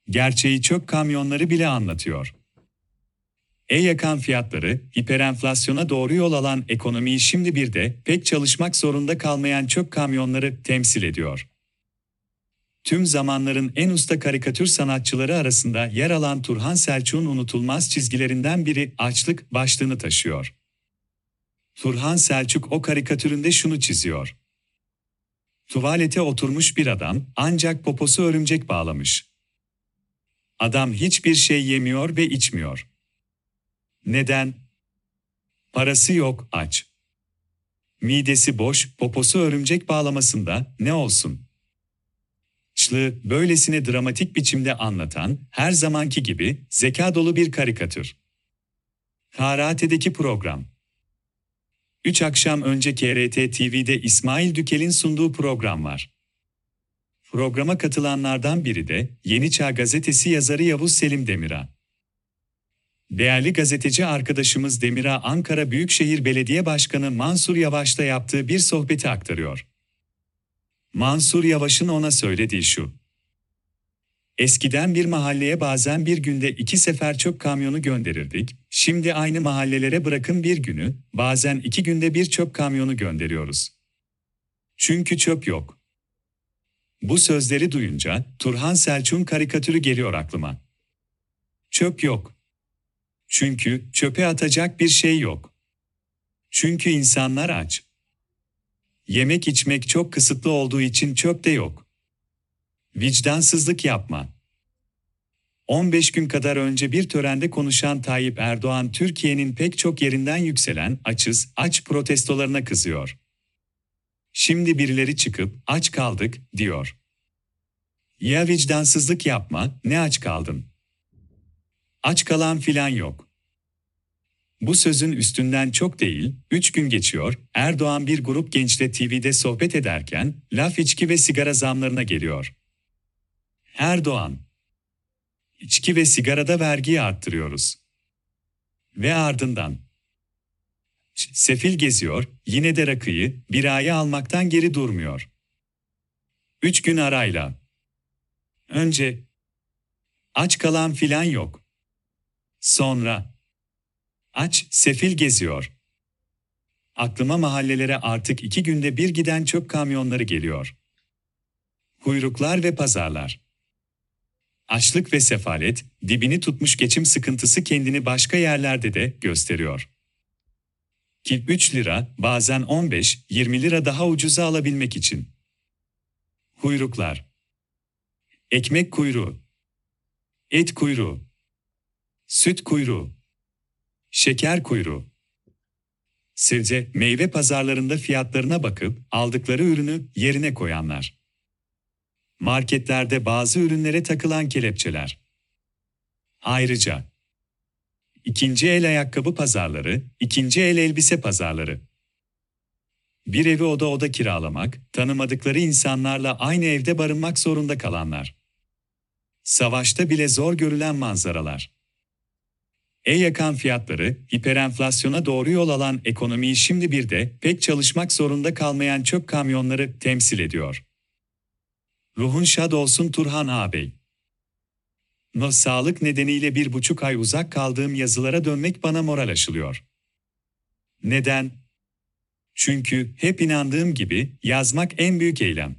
Gerçeği çöp kamyonları bile anlatıyor. Yakan fiyatları, hiperenflasyona doğru yol alan ekonomiyi şimdi bir de pek çalışmak zorunda kalmayan çöp kamyonları temsil ediyor. Tüm zamanların en usta karikatür sanatçıları arasında yer alan Turhan Selçuk'un unutulmaz çizgilerinden biri açlık başlığını taşıyor. Turhan Selçuk o karikatüründe şunu çiziyor. Tuvalete oturmuş bir adam, ancak poposu örümcek bağlamış. Adam hiçbir şey yemiyor ve içmiyor. Neden? Parası yok, aç. Midesi boş, poposu örümcek bağlamasında ne olsun? Açlığı böylesine dramatik biçimde anlatan, her zamanki gibi zeka dolu bir karikatür. KRT'deki program. 3 akşam önce KRT TV'de İsmail Dükel'in sunduğu program var. Programa katılanlardan biri de Yeni Çağ Gazetesi yazarı Yavuz Selim Demirağ. Değerli gazeteci arkadaşımız Demirağ, Ankara Büyükşehir Belediye Başkanı Mansur Yavaş'la yaptığı bir sohbeti aktarıyor. Mansur Yavaş'ın ona söylediği şu: Eskiden bir mahalleye bazen bir günde 2 sefer çöp kamyonu gönderirdik, şimdi aynı mahallelere bırakın bir günü, bazen 2 günde bir çöp kamyonu gönderiyoruz. Çünkü çöp yok. Bu sözleri duyunca Turhan Selçuk'un karikatürü geliyor aklıma. Çöp yok. Çünkü çöpe atacak bir şey yok. Çünkü insanlar aç. Yemek içmek çok kısıtlı olduğu için çöp de yok. Vicdansızlık yapma. 15 gün kadar önce bir törende konuşan Tayyip Erdoğan, Türkiye'nin pek çok yerinden yükselen açız, aç protestolarına kızıyor. Şimdi birileri çıkıp aç kaldık diyor. Ya vicdansızlık yapma, ne aç kaldın? Aç kalan filan yok. Bu sözün üstünden çok değil, 3 gün geçiyor, Erdoğan bir grup gençle TV'de sohbet ederken, laf içki ve sigara zamlarına geliyor. Erdoğan: İçki ve sigarada vergiyi arttırıyoruz. Ve ardından: Sefil geziyor, yine de rakıyı, birayı almaktan geri durmuyor. 3 gün arayla. Önce: Aç kalan filan yok. Sonra: Aç, sefil geziyor. Aklıma mahallelere artık 2 günde bir giden çöp kamyonları geliyor. Kuyruklar ve pazarlar. Açlık ve sefalet, dibini tutmuş geçim sıkıntısı kendini başka yerlerde de gösteriyor. Ki 3 lira, bazen 15-20 lira daha ucuza alabilmek için. Kuyruklar. Ekmek kuyruğu. Et kuyruğu. Süt kuyruğu. Şeker kuyruğu. Sebze, meyve pazarlarında fiyatlarına bakıp aldıkları ürünü yerine koyanlar. Marketlerde bazı ürünlere takılan kelepçeler. Ayrıca ikinci el ayakkabı pazarları, ikinci el elbise pazarları. Bir evi oda kiralamak, tanımadıkları insanlarla aynı evde barınmak zorunda kalanlar. Savaşta bile zor görülen manzaralar. Yakan fiyatları, hiperenflasyona doğru yol alan ekonomiyi şimdi bir de pek çalışmak zorunda kalmayan çöp kamyonları temsil ediyor. Ruhun şad olsun Turhan ağabey. Sağlık nedeniyle 1,5 ay uzak kaldığım yazılara dönmek bana moral aşılıyor. Neden? Çünkü hep inandığım gibi yazmak en büyük eylem.